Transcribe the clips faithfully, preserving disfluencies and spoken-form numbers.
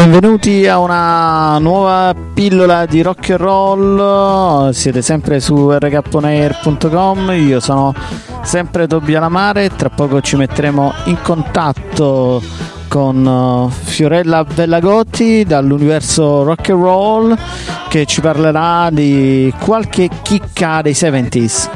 Benvenuti a una nuova pillola di rock and roll. Siete sempre su r k on air punto com. Io sono sempre Tobia Lamare. Tra poco ci metteremo in contatto con Fiorella Bellagotti dall'universo rock and roll, che ci parlerà di qualche chicca dei seventies.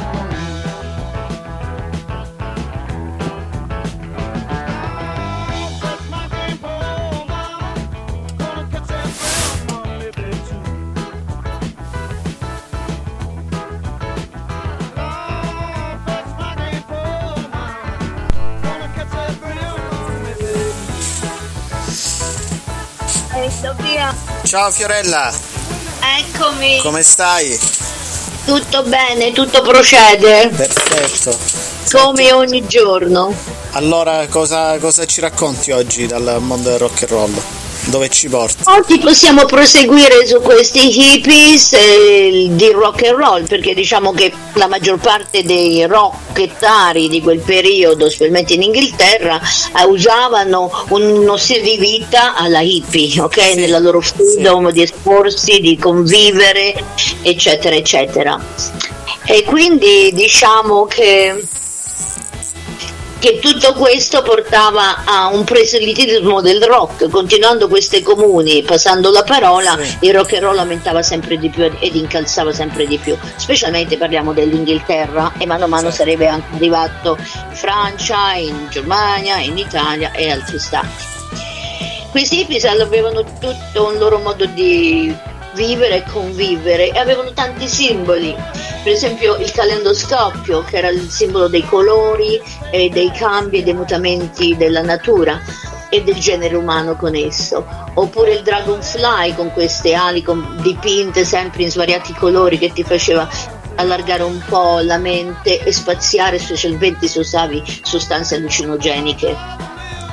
Ciao Fiorella. Eccomi. Come stai? Tutto bene, tutto procede. Perfetto. Come Senti, ogni giorno. Allora, cosa, cosa ci racconti oggi dal mondo del rock and roll? Dove ci porti? Oggi possiamo proseguire su questi hippies eh, di rock and roll, perché diciamo che la maggior parte dei rockettari di quel periodo, specialmente in Inghilterra, eh, usavano uno stile di vita alla hippie, ok? Sì, nella loro freedom sì. di esporsi, di convivere, eccetera, eccetera. E quindi diciamo che che tutto questo portava a un proselitismo del rock. Continuando queste comuni, passando la parola, sì. il rock and roll aumentava sempre di più ed incalzava sempre di più, specialmente parliamo dell'Inghilterra, e mano a mano sì. sarebbe anche arrivato in Francia, in Germania, in Italia e altri stati. Questi hippies avevano tutto un loro modo di vivere e convivere, e avevano tanti simboli. Per esempio il calendoscopio, che era il simbolo dei colori e dei cambi e dei mutamenti della natura e del genere umano con esso, oppure il dragonfly con queste ali dipinte sempre in svariati colori, che ti faceva allargare un po' la mente e spaziare, specialmente se usavi sostanze allucinogeniche.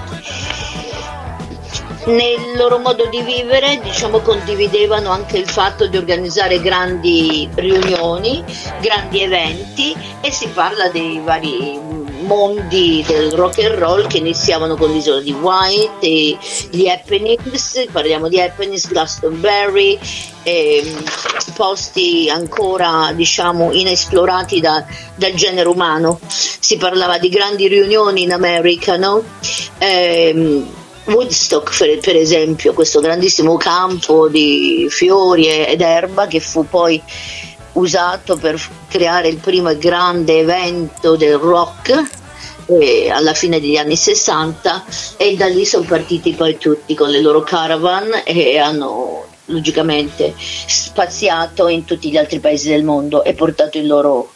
Nel loro modo di vivere, diciamo, condividevano anche il fatto di organizzare grandi riunioni, grandi eventi, e si parla dei vari mondi del rock and roll che iniziavano con l'isola di Wight e gli happenings. Parliamo di happenings, Glastonbury, e posti ancora, diciamo, inesplorati da, dal genere umano. Si parlava di grandi riunioni in America, no? Ehm, Woodstock, per esempio, questo grandissimo campo di fiori ed erba che fu poi usato per creare il primo grande evento del rock eh, alla fine degli anni sessanta, e da lì sono partiti poi tutti con le loro caravan e hanno logicamente spaziato in tutti gli altri paesi del mondo e portato il loro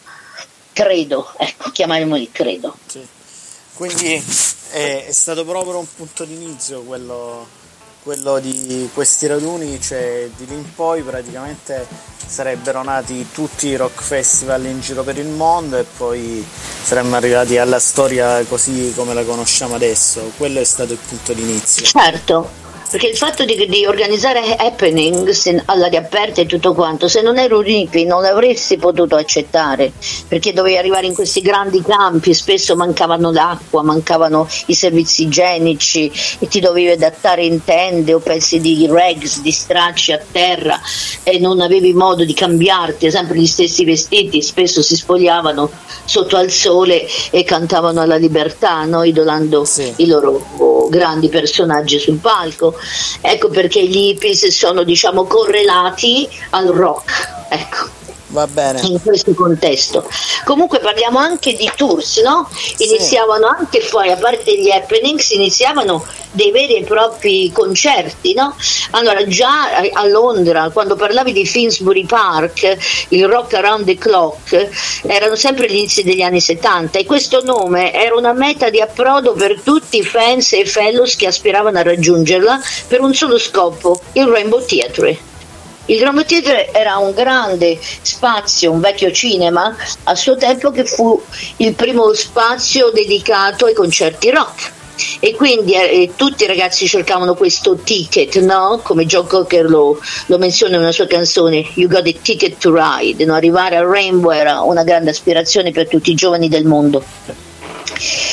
credo, ecco, chiamiamoli credo. Sì. Quindi è, è stato proprio un punto d'inizio quello, quello di questi raduni, cioè di lì in poi praticamente sarebbero nati tutti i rock festival in giro per il mondo, e poi saremmo arrivati alla storia così come la conosciamo adesso. Quello è stato il punto d'inizio. Certo. Perché il fatto di, di organizzare happenings all'aria aperta e tutto quanto, se non ero un hippie non l'avresti potuto accettare, perché dovevi arrivare in questi grandi campi, spesso mancavano l'acqua, mancavano i servizi igienici, e ti dovevi adattare in tende o pezzi di rags, di stracci a terra, e non avevi modo di cambiarti, sempre gli stessi vestiti, spesso si spogliavano sotto al sole e cantavano alla libertà, no? Idolando sì. i loro grandi personaggi sul palco. Ecco perché gli hippies sono, diciamo, correlati al rock, ecco. Va bene. In questo contesto. Comunque parliamo anche di tours, no? Iniziavano sì. anche poi, a parte gli happenings, iniziavano dei veri e propri concerti, no? Allora già a Londra, quando parlavi di Finsbury Park, il Rock Around the Clock, erano sempre gli inizi degli anni settanta, e questo nome era una meta di approdo per tutti i fans e fellows che aspiravano a raggiungerla per un solo scopo, il Rainbow Theatre. Il Rainbow Theatre era un grande spazio, un vecchio cinema a suo tempo, che fu il primo spazio dedicato ai concerti rock, e quindi eh, tutti i ragazzi cercavano questo ticket, no? Come Joe Cocker lo, lo menziona in una sua canzone, You Got a Ticket to Ride, no? Arrivare al Rainbow era una grande aspirazione per tutti i giovani del mondo.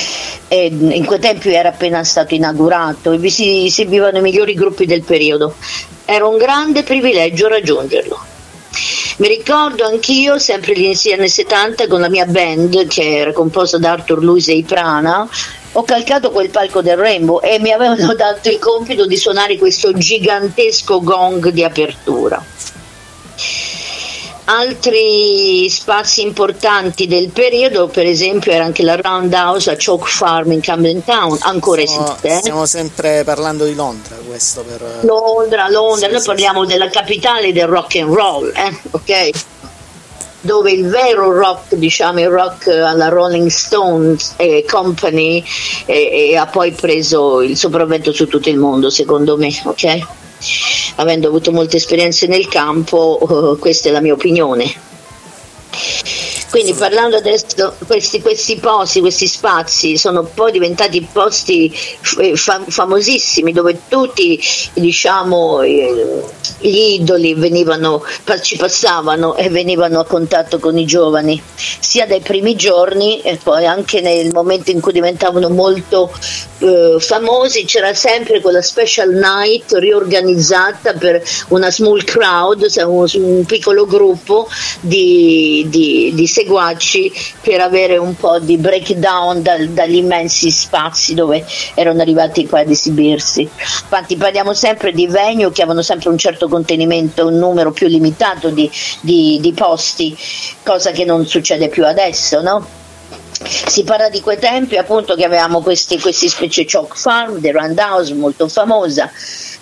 e in quei tempi era appena stato inaugurato e vi si esibivano i migliori gruppi del periodo. Era un grande privilegio raggiungerlo. Mi ricordo anch'io, sempre agli inizi anni settanta, con la mia band, che era composta da Arthur Lewis e Iprana, ho calcato quel palco del Rainbow e mi avevano dato il compito di suonare questo gigantesco gong di apertura. Altri spazi importanti del periodo, per esempio, era anche la Roundhouse a Chalk Farm in Camden Town, ancora stiamo, esiste. Eh? Stiamo sempre parlando di Londra, questo per... Londra, Londra, sì, noi sì, parliamo sì. della capitale del rock and roll, eh? Ok? Dove il vero rock, diciamo il rock alla Rolling Stones e Company, e, e ha poi preso il sopravvento su tutto il mondo, secondo me, ok? Avendo avuto molte esperienze nel campo, uh, questa è la mia opinione. Quindi parlando adesso, questi, questi posti, questi spazi sono poi diventati posti fa- famosissimi dove tutti, diciamo, gli idoli venivano, ci passavano e venivano a contatto con i giovani, sia dai primi giorni e poi anche nel momento in cui diventavano molto eh, famosi. C'era sempre quella special night riorganizzata per una small crowd, un, un piccolo gruppo di, di, di seguaci per avere un po' di breakdown dal, dagli immensi spazi dove erano arrivati qua ad esibirsi. Infatti parliamo sempre di venue che avevano sempre un certo contenimento, un numero più limitato di, di, di posti, cosa che non succede più adesso, no? Si parla di quei tempi appunto che avevamo questi, questi specie Chalk Farm, The Roundhouse, molto famosa.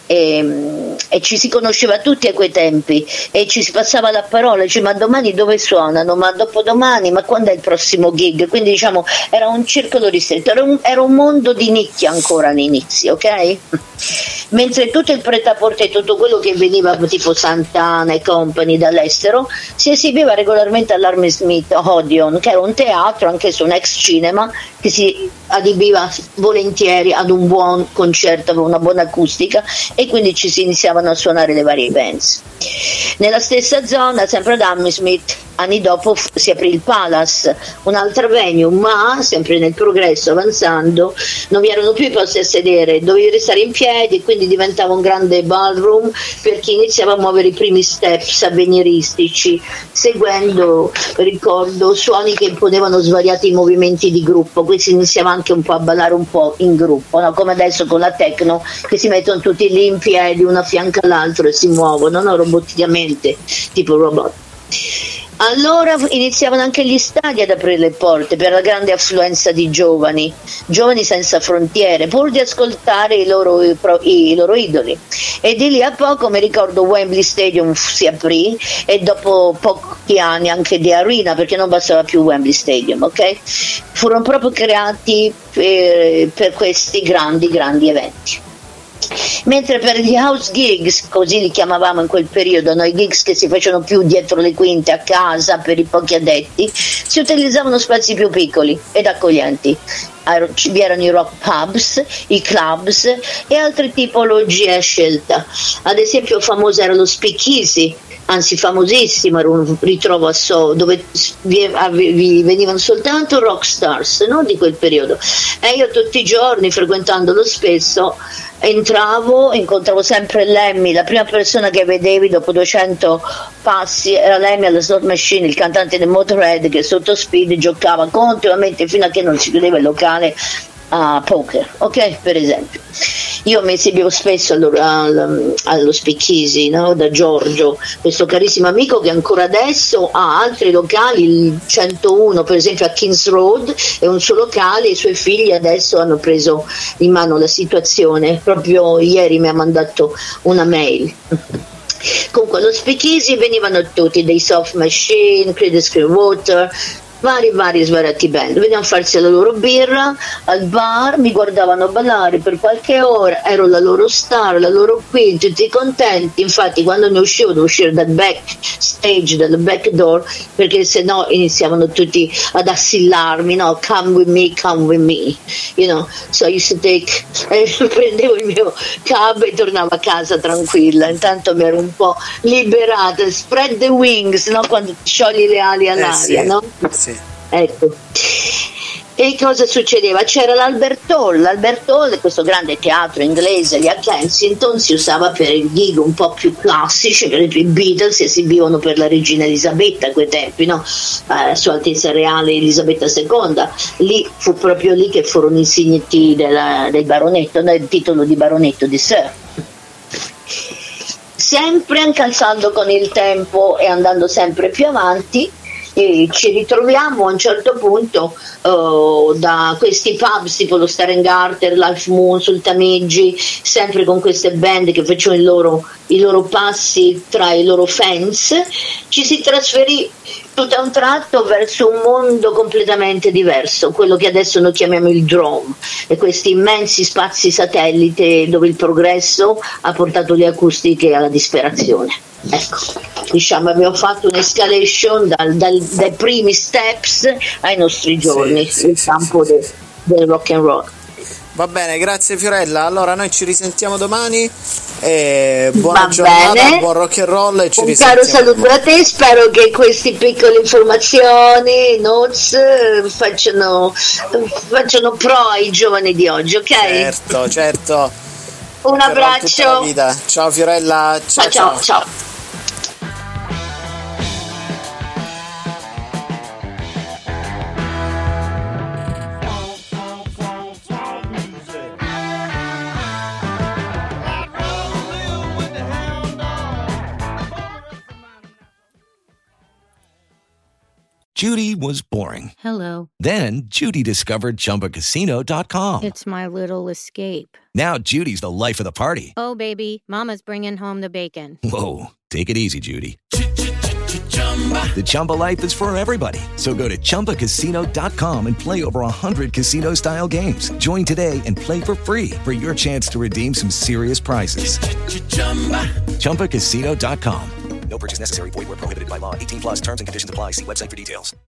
E, e ci si conosceva tutti a quei tempi e ci si passava la parola, cioè, ma domani dove suonano, ma dopodomani, ma quando è il prossimo gig? Quindi diciamo era un circolo ristretto, era un, era un mondo di nicchia ancora all'inizio, ok? Mentre tutto il pret-à-porter e tutto quello che veniva tipo Santana e Company dall'estero si esibiva regolarmente all'Army Smith Odeon, che era un teatro, anche su un ex cinema, che si adibiva volentieri ad un buon concerto, aveva una buona acustica e quindi ci si iniziavano a suonare le varie bands. Nella stessa zona, sempre ad Hammersmith, anni dopo si aprì il Palace, un'altra venue, ma sempre nel progresso, avanzando, non vi erano più i posti a sedere, dovevi restare in piedi e quindi diventava un grande ballroom per chi iniziava a muovere i primi steps avveniristici, seguendo, ricordo, suoni che imponevano svariati movimenti di gruppo, quindi si iniziava anche un po' a ballare un po' in gruppo, no? Come adesso con la techno, che si mettono tutti lì in piedi, uno a fianco all'altro e si muovono, no? Roboticamente, tipo robot. Allora iniziavano anche gli stadi ad aprire le porte per la grande affluenza di giovani, giovani senza frontiere, pur di ascoltare i loro, i, i loro idoli. E di lì a poco, mi ricordo, Wembley Stadium si aprì e dopo pochi anni anche The Arena, perché non bastava più Wembley Stadium, ok? Furono proprio creati per, per questi grandi, grandi eventi. Mentre per gli house gigs, così li chiamavamo in quel periodo, noi gigs che si facevano più dietro le quinte a casa per i pochi addetti, si utilizzavano spazi più piccoli ed accoglienti. Vi erano i rock pubs, i clubs e altre tipologie a scelta. Ad esempio famoso era lo Speakeasy, anzi famosissimo, era un ritrovo a Soho dove vi venivano soltanto rock stars, no? Di quel periodo, e io tutti i giorni, frequentandolo spesso, entravo, incontravo sempre Lemmy, la prima persona che vedevi dopo duecento passi era Lemmy alla slot machine, il cantante del Motorhead, che sotto Speed giocava continuamente fino a che non si chiudeva il locale a poker, ok? Per esempio io mi esibivo spesso allo, allo, allo Speakeasy, no? Da Giorgio, questo carissimo amico che ancora adesso ha altri locali, il centouno per esempio a Kings Road è un suo locale, i suoi figli adesso hanno preso in mano la situazione, proprio ieri mi ha mandato una mail. Comunque allo Speakeasy venivano tutti, dei Soft Machine, Creedence Clearwater, vari vari svariati band, venivano a farsi la loro birra al bar, mi guardavano ballare per qualche ora, ero la loro star, la loro queen, tutti contenti. Infatti quando ne uscivo dovevo uscire dal back stage, dal back door, perché se no iniziavano tutti ad assillarmi, no, come with me, come with me, you know, so I used to take eh, prendevo il mio cab e tornavo a casa tranquilla, intanto mi ero un po' liberata, spread the wings, no, quando sciogli le ali all'aria, eh sì, no? sì. Ecco. E cosa succedeva? C'era l'Albert Hall, l'Albert Hall, questo grande teatro inglese lì a Kensington, si usava per i gig un po' più classici, per esempio i Beatles esibivano per la regina Elisabetta a quei tempi, no? Eh, Sua Altezza Reale Elisabetta seconda, lì fu proprio lì che furono insigniti della, del baronetto, del titolo di baronetto di Sir. Sempre incalzando con il tempo e andando sempre più avanti, e ci ritroviamo a un certo punto uh, da questi pub tipo lo Staring Garter, l'Half Moon sul Tamigi, sempre con queste band che facevano i loro, i loro passi tra i loro fans, ci si trasferì tutto a un tratto verso un mondo completamente diverso, quello che adesso noi chiamiamo il drone, e questi immensi spazi satellite dove il progresso ha portato le acustiche alla disperazione. Ecco, diciamo abbiamo fatto un'escalation dal, dal, dai primi steps ai nostri giorni, sì, nel sì, campo sì, de, sì. del rock and roll. Va bene, grazie Fiorella. Allora noi ci risentiamo domani. E buona Va giornata, bene. buon rock and roll e ci Un risentiamo. caro saluto a te, spero che queste piccole informazioni, notes, eh, facciano, facciano pro ai giovani di oggi, ok? Certo, certo. Un Per tutta la abbraccio. vita. Ciao Fiorella. Ciao, Ciao ciao ciao. Judy was boring. Hello. Then Judy discovered Chumba Casino dot com. It's my little escape. Now Judy's the life of the party. Oh, baby, mama's bringing home the bacon. Whoa, take it easy, Judy. The Chumba life is for everybody. So go to Chumba Casino dot com and play over one hundred casino-style games. Join today and play for free for your chance to redeem some serious prizes. Chumba Casino dot com. No purchase necessary. Void where prohibited by law. eighteen plus terms and conditions apply. See website for details.